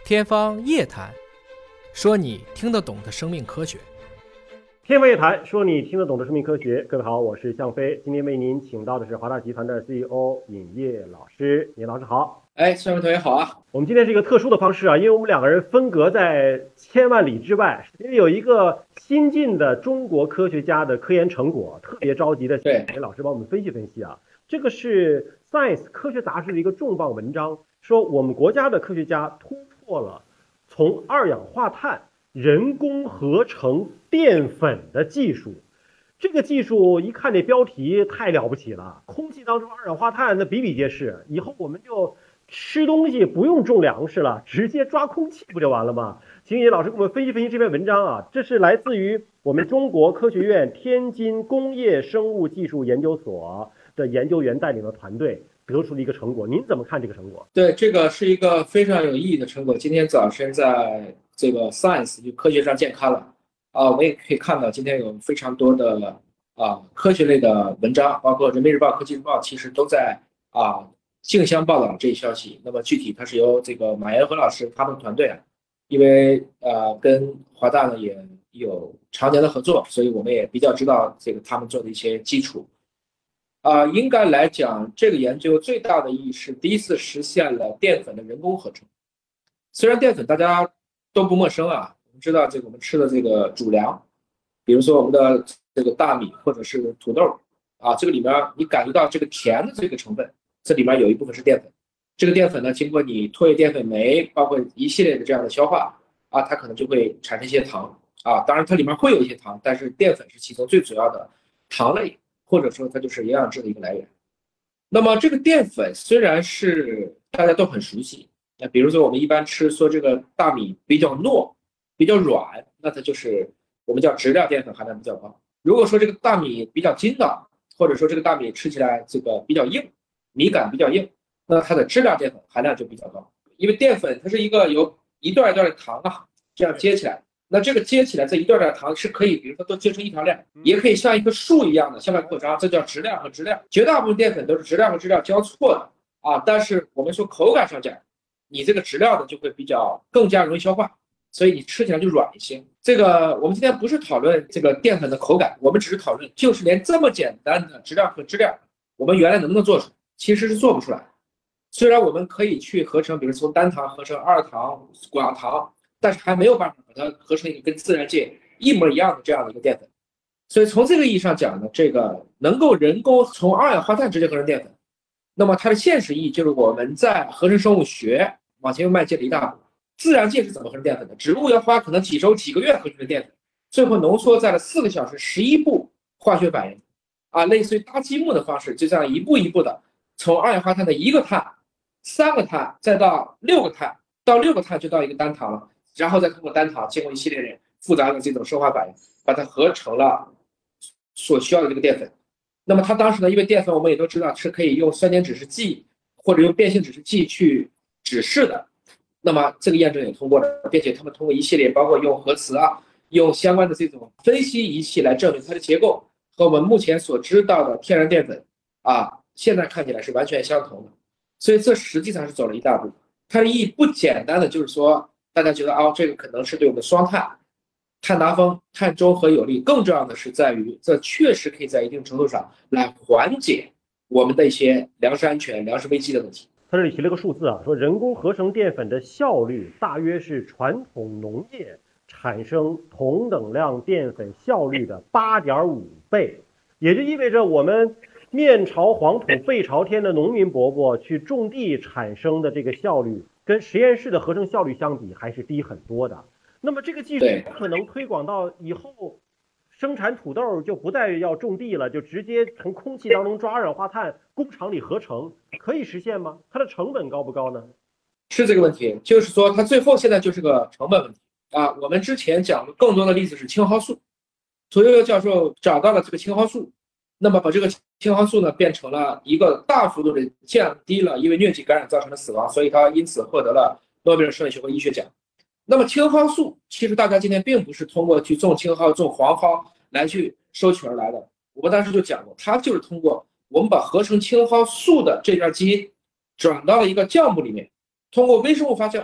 天方夜谭，说你听得懂的生命科学。 天方夜谭，说你听得懂的生命科学。各位好，我是向飞，今天为您请到的是华大集团的 CEO 尹烨老师。尹老师好。 向飞同学好啊。 我们今天是一个特殊的方式啊，因为我们两个人分隔在千万里之外，因为有一个新晋的中国科学家的科研成果，特别着急的请尹老师帮我们分析分析啊。这个是 Science 科学杂志的一个重磅文章，说我们国家的科学家突破了从二氧化碳人工合成淀粉的技术。这个技术一看这标题太了不起了，空气当中二氧化碳那比比皆是，以后我们就吃东西不用种粮食了，直接抓空气不就完了吗？请尹老师给我们分析分析这篇文章啊，这是来自于我们中国科学院天津工业生物技术研究所的研究员带领的团队得出的一个成果，您怎么看这个成果？ 对，这个是一个非常有意义的成果。今天早晨在这个 Science 就科学上见刊了啊，我们也可以看到今天有非常多的科学类的文章，包括人民日报、科技日报，其实都在竞相报道这一消息。那么具体它是由这个马延和老师他们团队因为跟华大呢也有常年的合作，所以我们也比较知道这个他们做的一些基础。应该来讲，这个研究最大的意义是第一次实现了淀粉的人工合成。虽然淀粉大家都不陌生啊，我们知道这个我们吃的这个主粮，比如说我们的这个大米或者是土豆这个里面你感觉到这个甜的这个成分，这里面有一部分是淀粉。这个淀粉呢，经过你唾液淀粉酶，包括一系列的这样的消化它可能就会产生一些糖当然它里面会有一些糖，但是淀粉是其中最主要的糖类，或者说它就是营养质的一个来源。那么这个淀粉虽然是大家都很熟悉，比如说我们一般吃说这个大米比较糯比较软，那它就是我们叫质量淀粉含量比较高。如果说这个大米比较筋道，或者说这个大米吃起来这个比较硬，米感比较硬，那它的质量淀粉含量就比较高。因为淀粉它是一个由一段一段的糖这样接起来，那这个接起来这一段段糖是可以，比如说都接成一条链，也可以像一棵树一样的向外扩张，这叫质量和质量。绝大部分淀粉都是质量和质量交错的但是我们说口感上讲，你这个质量呢就会比较更加容易消化，所以你吃起来就软一些。这个我们今天不是讨论这个淀粉的口感，我们只是讨论就是连这么简单的质量和质量，我们原来能不能做出来？其实是做不出来。虽然我们可以去合成，比如从单糖合成二糖、寡糖，但是还没有办法把它合成一个跟自然界一模一样的这样的一个淀粉。所以从这个意义上讲呢，这个能够人工从二氧化碳直接合成淀粉，那么它的现实意义就是我们在合成生物学往前又迈进了一大步。自然界是怎么合成淀粉的？植物要花可能几周几个月合成的淀粉，最后浓缩在了4个小时11步化学反应类似于搭积木的方式，就这样一步一步的从二氧化碳的1个碳、3个碳，再到6个碳，到6个碳就到一个单糖了，然后再通过单糖经过一系列的复杂的这种生化反应，把它合成了所需要的这个淀粉。那么它当时呢，因为淀粉我们也都知道是可以用酸碱指示剂或者用变性指示剂去指示的，那么这个验证也通过了，并且他们通过一系列包括用核磁用相关的这种分析仪器来证明它的结构和我们目前所知道的天然淀粉现在看起来是完全相同的。所以这实际上是走了一大步。它的意义不简单的就是说大家觉得这个可能是对我们的双碳达峰、碳中和有利，更重要的是在于这确实可以在一定程度上来缓解我们的一些粮食安全、粮食危机的问题。 他这里提了个数字说人工合成淀粉的效率大约是传统农业产生同等量淀粉效率的8.5倍，也就意味着我们面朝黄土背朝天的农民伯伯去种地产生的这个效率，跟实验室的合成效率相比还是低很多的。那么这个技术可能推广到以后，生产土豆就不再要种地了，就直接从空气当中抓二氧化碳，工厂里合成，可以实现吗？它的成本高不高呢？ 是这个问题，就是说它最后现在就是个成本问题我们之前讲的更多的例子是青蒿素，屠呦呦教授找到了这个青蒿素，那么把这个青蒿素呢变成了一个大幅度的降低了因为疟疾感染造成的死亡，所以他因此获得了诺贝尔生理学会医学奖。那么青蒿素其实大家今天并不是通过去种青蒿、种黄蒿来去收取而来的，我们当时就讲过，它就是通过我们把合成青蒿素的这段基因转到了一个酵母里面，通过微生物发酵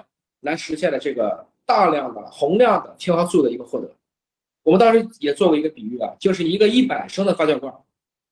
来实现了这个大量的洪亮的青蒿素的一个获得。我们当时也做过一个比喻啊，就是一个100升的发酵罐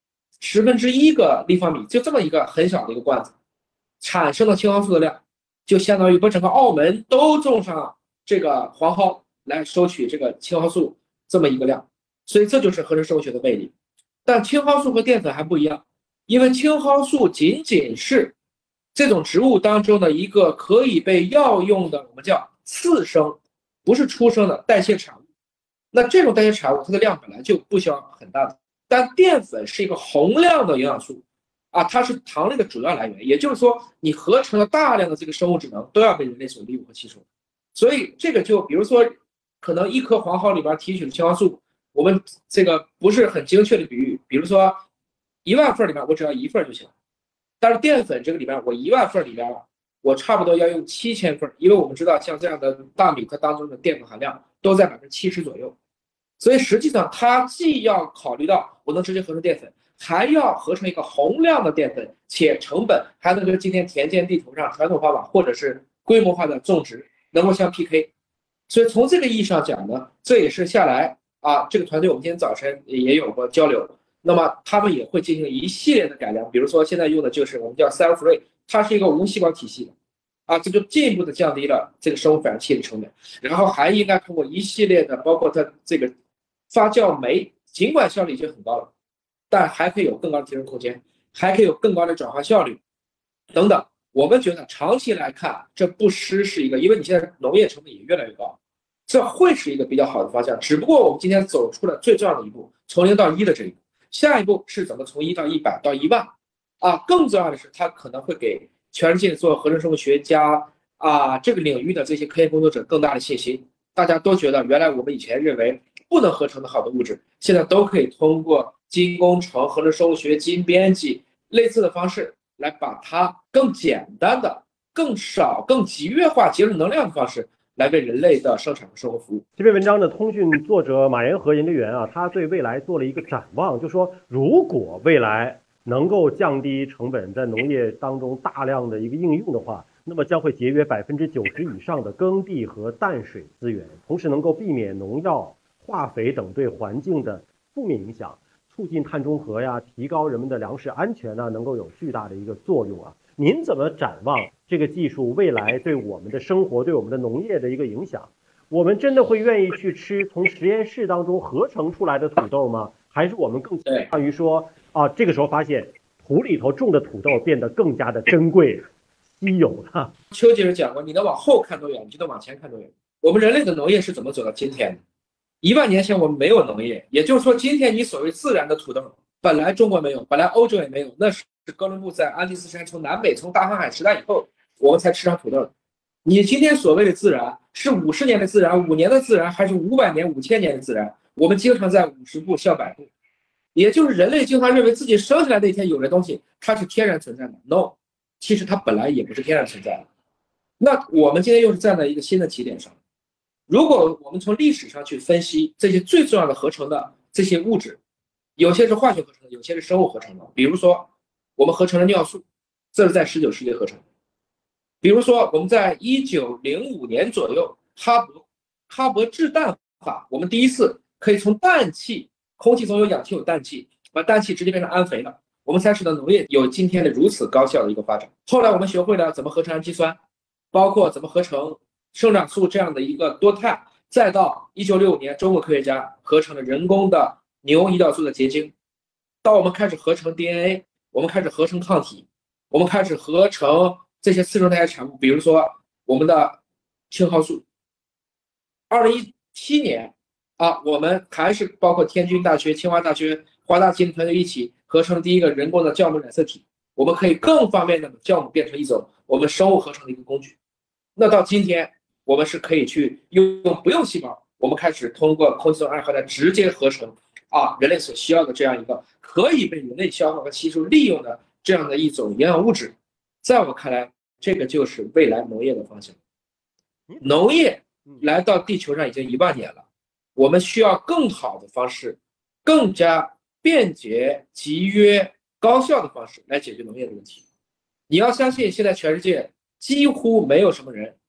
，1/10个立方米，就这么一个很小的一个罐子，产生的青蒿素的量，就相当于把整个澳门都种上这个黄蒿来收取这个青蒿素这么一个量。所以这就是合成生物学的魅力。但青蒿素和淀粉还不一样，因为青蒿素仅仅是这种植物当中的一个可以被药用的，我们叫次生，不是初生的代谢产物。那这种代谢产物它的量本来就不需要很大的，但淀粉是一个洪亮的营养素啊，它是糖类的主要来源，也就是说你合成了大量的这个生物质能都要被人类所利用和吸收。所以这个就比如说可能1颗黄蒿里边提取的青蒿素，我们这个不是很精确的比喻，比如说1万份里面我只要1份就行，但是淀粉这个里面我1万份里边我差不多要用7000份，因为我们知道像这样的大米它当中的淀粉含量都在70%左右，所以实际上它既要考虑到我能直接合成淀粉，还要合成一个洪亮的淀粉，且成本还能跟今天田间地头上传统方法或者是规模化的种植能够相 PK。 所以从这个意义上讲呢，这也是下来啊，这个团队我们今天早晨也有过交流，那么他们也会进行一系列的改良，比如说现在用的就是我们叫 cell free， 它是一个无细胞体系的啊，这就进一步的降低了这个生物反应器的成本，然后还应该通过一系列的包括它这个发酵酶，尽管效率已经很高了，但还可以有更高的提升空间，还可以有更高的转化效率等等。我们觉得长期来看，这不失是一个，因为你现在农业成本也越来越高，这会是一个比较好的方向。只不过我们今天走出了最重要的一步，从0到1的这一步，下一步是怎么从1到100到1万啊？更重要的是，它可能会给全世界做合成生物学家啊这个领域的这些科研工作者更大的信心。大家都觉得，原来我们以前认为不能合成的好的物质，现在都可以通过基因工程、合成生物学、基因编辑类似的方式，来把它更简单的、更少、更集约化、节省能量的方式，来为人类的生产和生活服务。 这篇文章的通讯作者马元和研究员啊，他对未来做了一个展望，就说如果未来能够降低成本，在农业当中大量的一个应用的话，那么将会节约90%以上的耕地和淡水资源，同时能够避免农药、化肥等对环境的负面影响，促进碳中和呀，提高人们的粮食安全呢，能够有巨大的一个作用啊。您怎么展望这个技术未来对我们的生活、对我们的农业的一个影响？我们真的会愿意去吃从实验室当中合成出来的土豆吗？还是我们更倾向于说啊，这个时候发现土里头种的土豆变得更加的珍贵、稀有了？ 邱先生讲过，你能往后看多远，你就能往前看多远。我们人类的农业是怎么走到今天的？1万年前我们没有农业，也就是说，今天你所谓自然的土豆，本来中国没有，本来欧洲也没有，那是哥伦布在安第斯山从南北从大航海时代以后，我们才吃上土豆。你今天所谓的自然，是50年的自然、5年的自然，还是500年、5000年的自然？我们经常在50步笑100步，也就是人类经常认为自己生下来那一天有的东西，它是天然存在的。No， 其实它本来也不是天然存在的。那我们今天又是站在一个新的起点上。如果我们从历史上去分析这些最重要的合成的这些物质，有些是化学合成的，有些是生物合成的。比如说，我们合成了尿素，这是在19世纪合成的。比如说，我们在1905年左右，哈勃制氮法，我们第一次可以从氮气，空气中有氧气有氮气，把氮气直接变成氨肥了，我们才使得农业有今天的如此高效的一个发展。后来我们学会了怎么合成氨基酸，包括怎么合成生长素这样的一个多肽，再到1965年，中国科学家合成了人工的牛胰岛素的结晶，到我们开始合成 DNA， 我们开始合成抗体，我们开始合成这些次生代谢产物，比如说我们的青蒿素。2017年啊，我们还是包括天津大学、清华大学、华大基因团队一起合成第一个人工的酵母染色体，我们可以更方便的把酵母变成一种我们生物合成的一个工具。那到今天，我们是可以去用不用细胞，我们开始通过空气中二氧化碳直接合成啊人类所需要的这样一个可以被人类消化和吸收利用的这样的一种营养物质。在我看来，这个就是未来农业的方向。农业来到地球上已经1万年了，我们需要更好的方式，更加便捷、集约、高效的方式来解决农业的问题。你要相信，现在全世界几乎没有什么人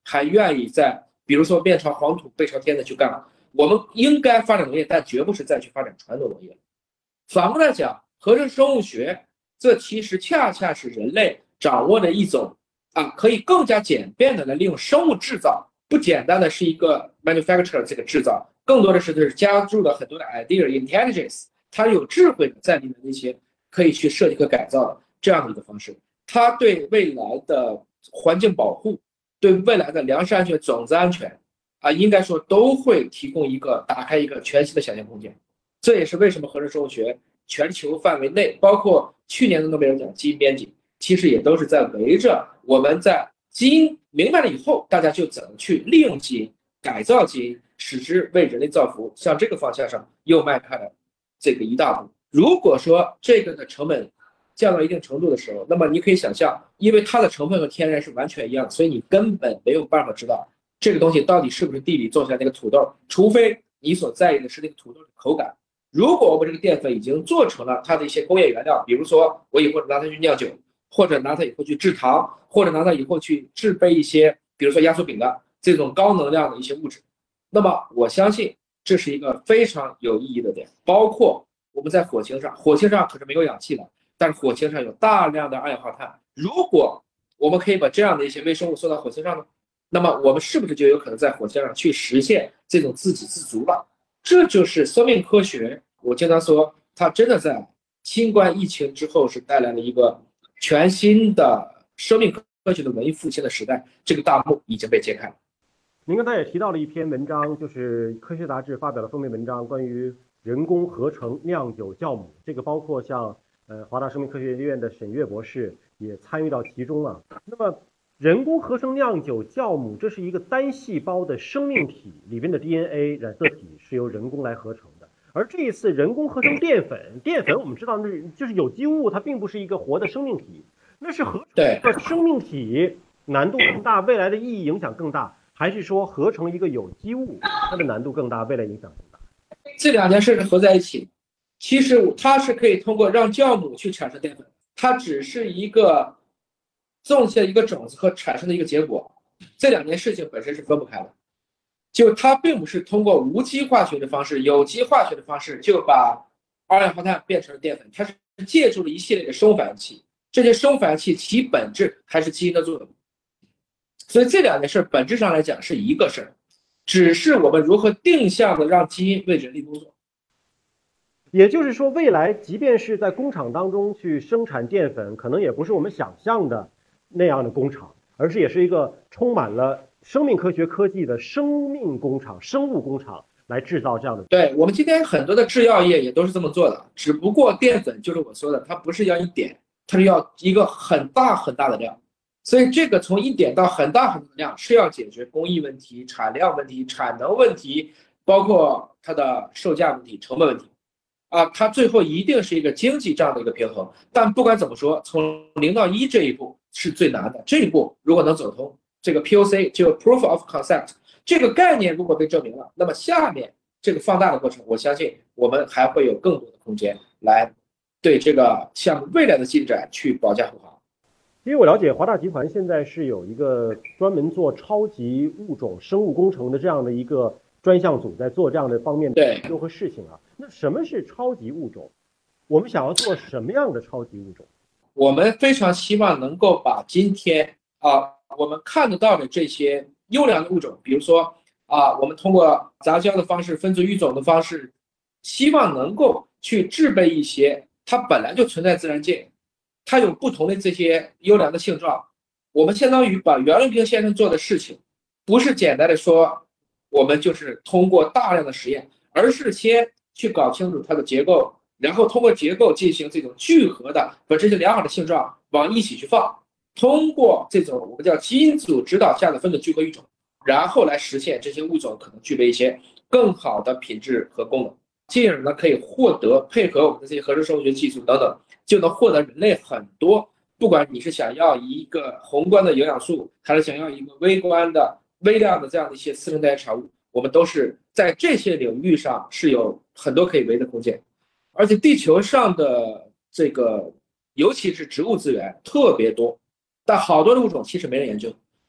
还愿意在比如说面朝黄土背朝天的去干。我们应该发展农业，但绝不是再去发展传统农业。反过来讲，合成生物学，这其实恰恰是人类掌握的一种可以更加简便的来利用生物制造，不简单的是一个 manufacture 这个制造，更多的是加入了很多的 idea intelligence， 它有智慧在里面的一些可以去设计和改造的这样的一个方式。它对未来的环境保护，对未来的粮食安全、种子安全应该说都会提供打开一个全新的想象空间。这也是为什么合成生物学全球范围内，包括去年的诺贝尔奖基因编辑，其实也都是在围着我们在基因明白了以后，大家就怎么去利用基因、改造基因，使之为人类造福，向这个方向上又迈开了这个一大步。如果说这个的成本降到一定程度的时候，那么你可以想象，因为它的成分和天然是完全一样，所以你根本没有办法知道这个东西到底是不是地里种下那个土豆，除非你所在意的是那个土豆的口感。如果我们这个淀粉已经做成了它的一些工业原料，比如说我以后拿它去酿酒，或者拿它以后去制糖，或者拿它以后去制备一些比如说压缩饼的这种高能量的一些物质，那么我相信这是一个非常有意义的点。包括我们在火星上可是没有氧气的，但是火星上有大量的二氧化碳，如果我们可以把这样的一些微生物送到火星上呢，那么我们是不是就有可能在火星上去实现这种自给自足了？这就是生命科学，我经常说它真的在新冠疫情之后是带来了一个全新的生命科学的文艺复兴的时代，这个大幕已经被揭开了。 您刚才也提到了一篇文章，就是科学杂志发表了封面文章，关于人工合成酿酒酵母，这个包括像华大生命科学院的沈月博士也参与到其中啊。那么人工合成酿酒酵母，这是一个单细胞的生命体，里边的 DNA 染色体是由人工来合成的。而这一次人工合成淀粉，淀粉我们知道就是有机物，它并不是一个活的生命体，那是合成一个生命体难度更大，未来的意义影响更大，还是说合成一个有机物它的难度更大，未来影响更大？ 这两件事是合在一起。其实它是可以通过让酵母去产生淀粉，它只是一个种下一个种子和产生的一个结果，这两件事情本身是分不开的。就它并不是通过无机化学的方式、有机化学的方式就把二氧化碳变成了淀粉，它是借助了一系列的生物反应器，这些生物反应器其本质还是基因的作用。所以这两件事本质上来讲是一个事儿，只是我们如何定向的让基因为人类工作。 也就是说，未来即便是在工厂当中去生产淀粉，可能也不是我们想象的那样的工厂，而是也是一个充满了生命科学科技的生命工厂、生物工厂来制造这样的。 对，我们今天很多的制药业也都是这么做的，只不过淀粉就是我说的，它不是要一点，它是要一个很大很大的量。所以这个从一点到很大很大的量是要解决工艺问题、产量问题、产能问题，包括它的售价问题、成本问题。它最后一定是一个经济账的一个平衡。但不管怎么说，从0到1这一步是最难的。这一步如果能走通，这个 POC 就 Proof of Concept 这个概念如果被证明了，那么下面这个放大的过程，我相信我们还会有更多的空间来对这个项目未来的进展去保驾护航。 因为我了解华大集团现在是有一个专门做超级物种生物工程的这样的一个专项组，在做这样的方面的研究和事情啊。那什么是超级物种？我们想要做什么样的超级物种？ 我们非常希望能够把今天我们看得到的这些优良的物种，比如说我们通过杂交的方式、分组育种的方式，希望能够去制备一些它本来就存在自然界，它有不同的这些优良的性状。我们相当于把袁隆平先生做的事情，不是简单的说我们就是通过大量的实验，而是先去搞清楚它的结构，然后通过结构进行这种聚合的把这些良好的性状往一起去放，通过这种我们叫基因组指导下的分子聚合育种，然后来实现这些物种可能具备一些更好的品质和功能，进而呢可以获得配合我们的这些合成生物学技术等等，就能获得人类很多，不管你是想要一个宏观的营养素，还是想要一个微观的微量的这样的一些次生代谢产物，我们都是在这些领域上是有很多可以围的空间。而且地球上的这个尤其是植物资源特别多，但好多的物种其实没人研究。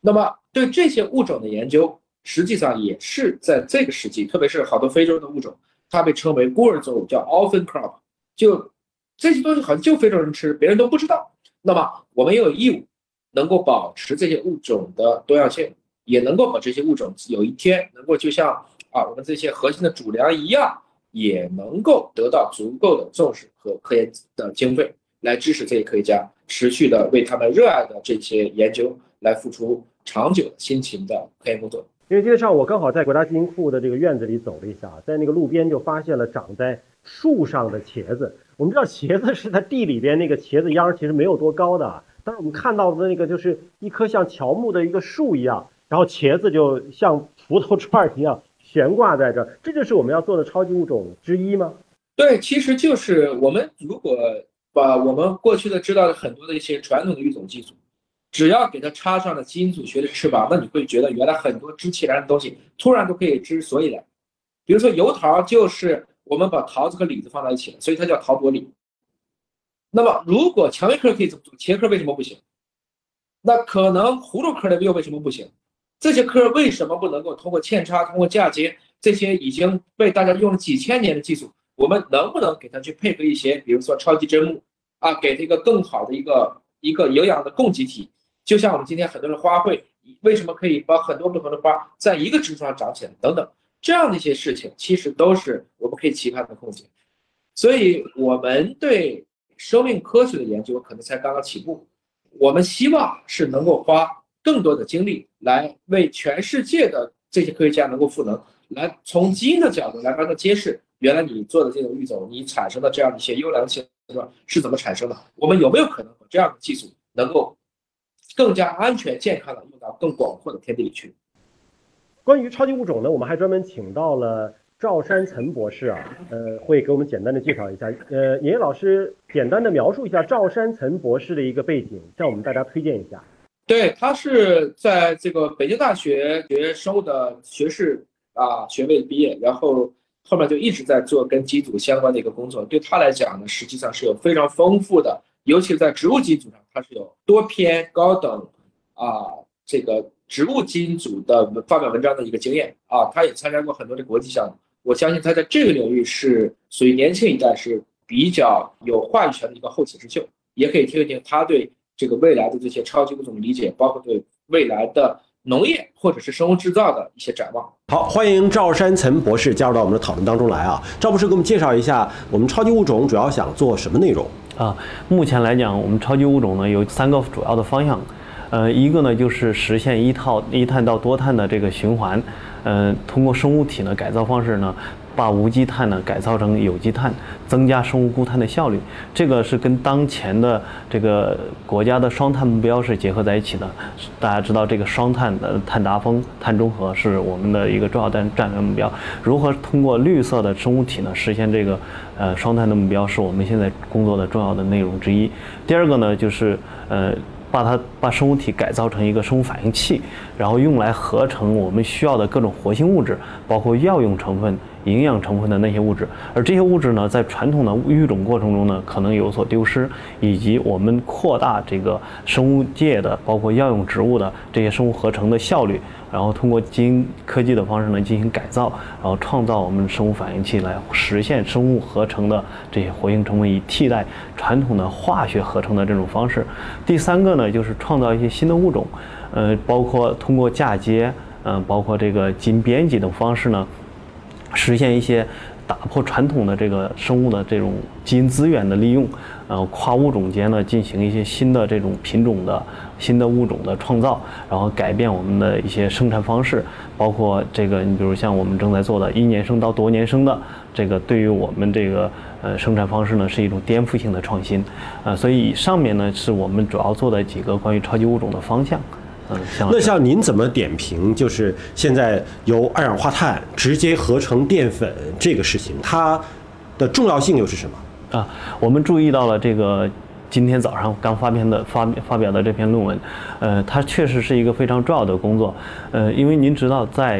那么对这些物种的研究，实际上也是在这个时期，特别是好多非洲的物种，它被称为孤儿作物，叫 orphan crop， 就这些东西好像就非洲人吃，别人都不知道。那么我们也有义务能够保持这些物种的多样性，也能够把这些物种有一天能够就像我们这些核心的主粮一样，也能够得到足够的重视和科研的经费，来支持这些科学家持续的为他们热爱的这些研究来付出长久的辛勤的科研工作。 因为今天上午我刚好在国家基因库的这个院子里走了一下，在那个路边就发现了长在树上的茄子。我们知道茄子是在地里边那个茄子秧其实没有多高的，但是我们看到的那个就是一棵像乔木的一个树一样，然后茄子就像葡萄串一样悬挂在这，这就是我们要做的超级物种之一吗？ 对，其实就是我们如果把我们过去的知道的很多的一些传统的育种技术，只要给它插上了基因组学的翅膀，那你会觉得原来很多知其然的东西突然都可以知所以然。比如说油桃，就是我们把桃子和李子放在一起了，所以它叫桃果李。那么如果蔷薇科可以这么做，茄科为什么不行？那可能葫芦科的又为什么不行？这些科为什么不能够通过扦插、通过嫁接这些已经被大家用了几千年的技术，我们能不能给它去配合一些，比如说超级针木给它一个更好的一个营养的供给体？就像我们今天很多的花卉，为什么可以把很多不同的花在一个枝上长起来等等，这样的一些事情，其实都是我们可以期盼的空间。所以我们对生命科学的研究可能才刚刚起步，我们希望是能够花更多的精力来为全世界的这些科学家能够赋能，来从基因的角度来帮他揭示，原来你做的这种育种，你产生的这样一些优良性是怎么产生的，我们有没有可能把这样的技术能够更加安全健康的用到更广阔的天地里去。 关于超级物种呢，我们还专门请到了赵山岑博士会给我们简单的介绍一下。尹烨老师简单的描述一下赵山岑博士的一个背景，向我们大家推荐一下。 对，他是在这个北京大学学生物的学士学位毕业，然后后面就一直在做跟基因组相关的一个工作。对他来讲呢，实际上是有非常丰富的，尤其在植物基因组上，他是有多篇高等这个植物基因组的发表文章的一个经验他也参加过很多的国际项目。我相信他在这个领域是属于年轻一代是比较有话语权的一个后起之秀，也可以听一听他对这个未来的这些超级物种的理解，包括对未来的农业或者是生物制造的一些展望。 好，欢迎赵山岑博士加入到我们的讨论当中来赵博士给我们介绍一下我们超级物种主要想做什么内容目前来讲，我们超级物种呢有3个主要的方向。一个呢就是实现一碳到多碳的这个循环，通过生物体呢改造方式呢，把无机碳呢改造成有机碳，增加生物固碳的效率。这个是跟当前的这个国家的双碳目标是结合在一起的。大家知道这个双碳的碳达峰、碳中和是我们的一个重要战略目标。如何通过绿色的生物体呢实现这个双碳的目标，是我们现在工作的重要的内容之一。第二个呢就是把生物体改造成一个生物反应器，然后用来合成我们需要的各种活性物质，包括药用成分、营养成分的那些物质。而这些物质呢，在传统的育种过程中呢，可能有所丢失，以及我们扩大这个生物界的，包括药用植物的这些生物合成的效率，然后通过基因科技的方式呢进行改造，然后创造我们生物反应器来实现生物合成的这些活性成分，以替代传统的化学合成的这种方式。第3个呢，就是创造一些新的物种，包括通过嫁接，包括这个基因编辑等方式呢，实现一些打破传统的这个生物的这种基因资源的利用，跨物种间呢进行一些新的这种品种的新的物种的创造，然后改变我们的一些生产方式，包括这个你比如像我们正在做的1年生到多年生的这个，对于我们这个生产方式呢是一种颠覆性的创新，所以上面呢是我们主要做的几个关于超级物种的方向。 那像您怎么点评就是现在由二氧化碳直接合成淀粉这个事情，它的重要性又是什么我们注意到了这个今天早上刚发表的这篇论文，它确实是一个非常重要的工作，因为您知道在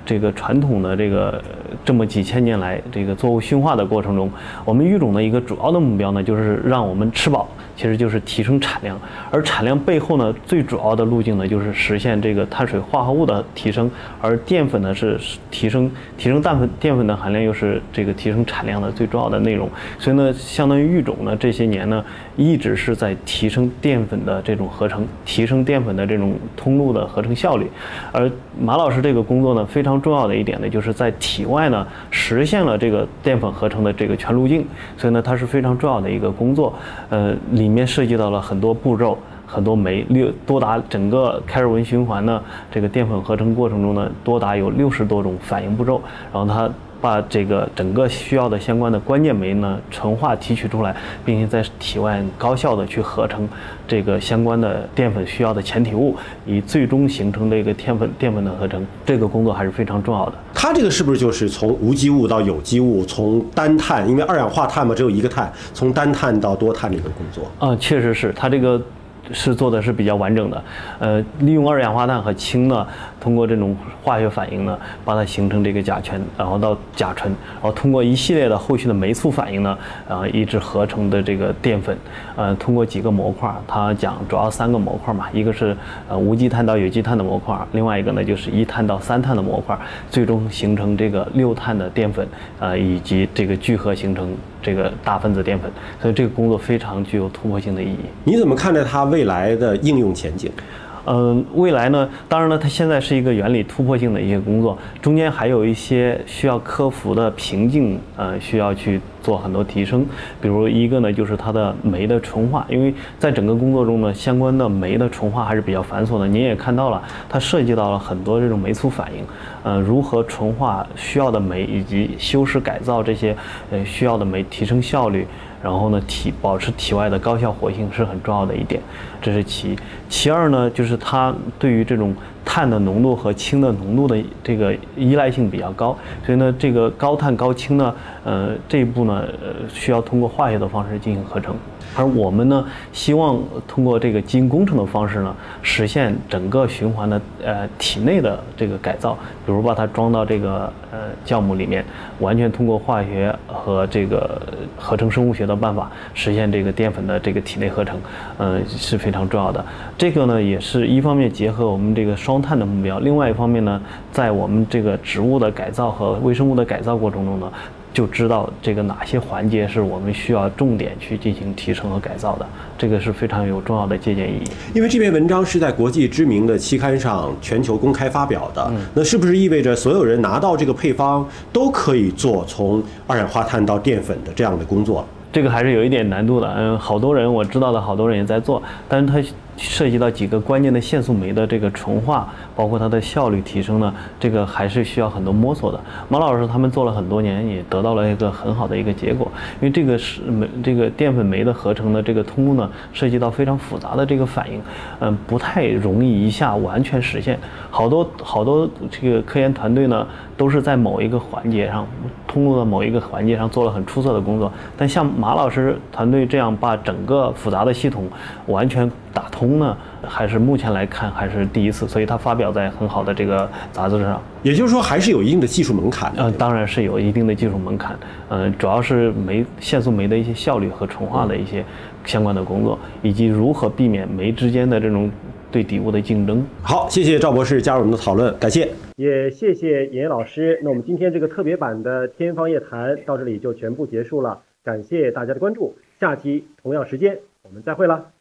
这个传统的这么几千年来这个作物驯化的过程中，我们育种的一个主要的目标呢，就是让我们吃饱，其实就是提升产量。而产量背后呢，最主要的路径呢，就是实现这个碳水化合物的提升，而淀粉呢是提升淀粉的含量，又是这个提升产量的最重要的内容。所以呢，相当于育种呢这些年呢，一直是在提升淀粉的这种合成，提升淀粉的这种通路的合成效率。而马老师这个工作呢，非常重要的一点呢，就是在体外呢实现了这个淀粉合成的这个全路径，所以呢，它是非常重要的一个工作。里面涉及到了很多步骤，很多酶，多达整个开尔文循环呢这个淀粉合成过程中呢，多达有60多种反应步骤，然后它把这个整个需要的相关的关键酶呢纯化提取出来，并且在体外高效的去合成这个相关的淀粉需要的前体物，以最终形成这个淀粉的合成。这个工作还是非常重要的。 它这个是不是就是从无机物到有机物，从单碳，因为二氧化碳嘛只有一个碳，从单碳到多碳的一个工作？ 确实是，它这个是做的是比较完整的，利用二氧化碳和氢呢，通过这种化学反应呢，把它形成这个甲醛，然后到甲醇，然后通过一系列的后续的酶促反应呢，一直合成的这个淀粉，通过几个模块，它讲主要3个模块嘛，一个是无机碳到有机碳的模块，另外一个呢就是1碳到3碳的模块，最终形成这个6碳的淀粉，以及这个聚合形成这个大分子淀粉，所以这个工作非常具有突破性的意义。 你怎么看待它未来的应用前景？ 未来呢，当然了，它现在是一个原理突破性的一些工作，中间还有一些需要克服的瓶颈，需要去做很多提升。比如一个呢，就是它的酶的纯化，因为在整个工作中呢，相关的酶的纯化还是比较繁琐的。您也看到了，它涉及到了很多这种酶促反应，如何纯化需要的酶，以及修饰改造这些需要的酶，提升效率。然后呢，保持体外的高效活性是很重要的一点，这是其一。其二呢，就是它对于这种碳的浓度和氢的浓度的这个依赖性比较高，所以呢，这个高碳高氢呢，这一步呢，需要通过化学的方式进行合成。而我们呢，希望通过这个基因工程的方式呢，实现整个循环的体内的这个改造，比如把它装到这个酵母里面，完全通过化学和这个合成生物学的办法实现这个淀粉的这个体内合成，是非常重要的。这个呢，也是一方面结合我们这个双碳的目标，另外一方面呢，在我们这个植物的改造和微生物的改造过程中呢，就知道这个哪些环节是我们需要重点去进行提升和改造的，这个是非常有重要的借鉴意义。 因为这篇文章是在国际知名的期刊上全球公开发表的，那是不是意味着所有人拿到这个配方都可以做从二氧化碳到淀粉的这样的工作？ 这个还是有一点难度的，好多人我知道的好多人也在做，但是它涉及到几个关键的腺素酶的这个纯化，包括它的效率提升呢，这个还是需要很多摸索的。马老师他们做了很多年，也得到了一个很好的一个结果。因为这个是这个淀粉酶的合成的这个通路呢，涉及到非常复杂的这个反应，不太容易一下完全实现。好多这个科研团队呢，都是在某一个环节上，通路的某一个环节上做了很出色的工作，但像马老师团队这样把整个复杂的系统完全打通呢，还是目前来看还是第一次，所以它发表在很好的这个杂志上。 也就是说，还是有一定的技术门槛的。 当然是有一定的技术门槛。主要是腺素酶的一些效率和纯化的一些相关的工作，以及如何避免酶之间的这种对底物的竞争。 好，谢谢赵博士加入我们的讨论，感谢。也谢谢严老师。那我们今天这个特别版的天方夜谭到这里就全部结束了，感谢大家的关注，下期同样时间我们再会了。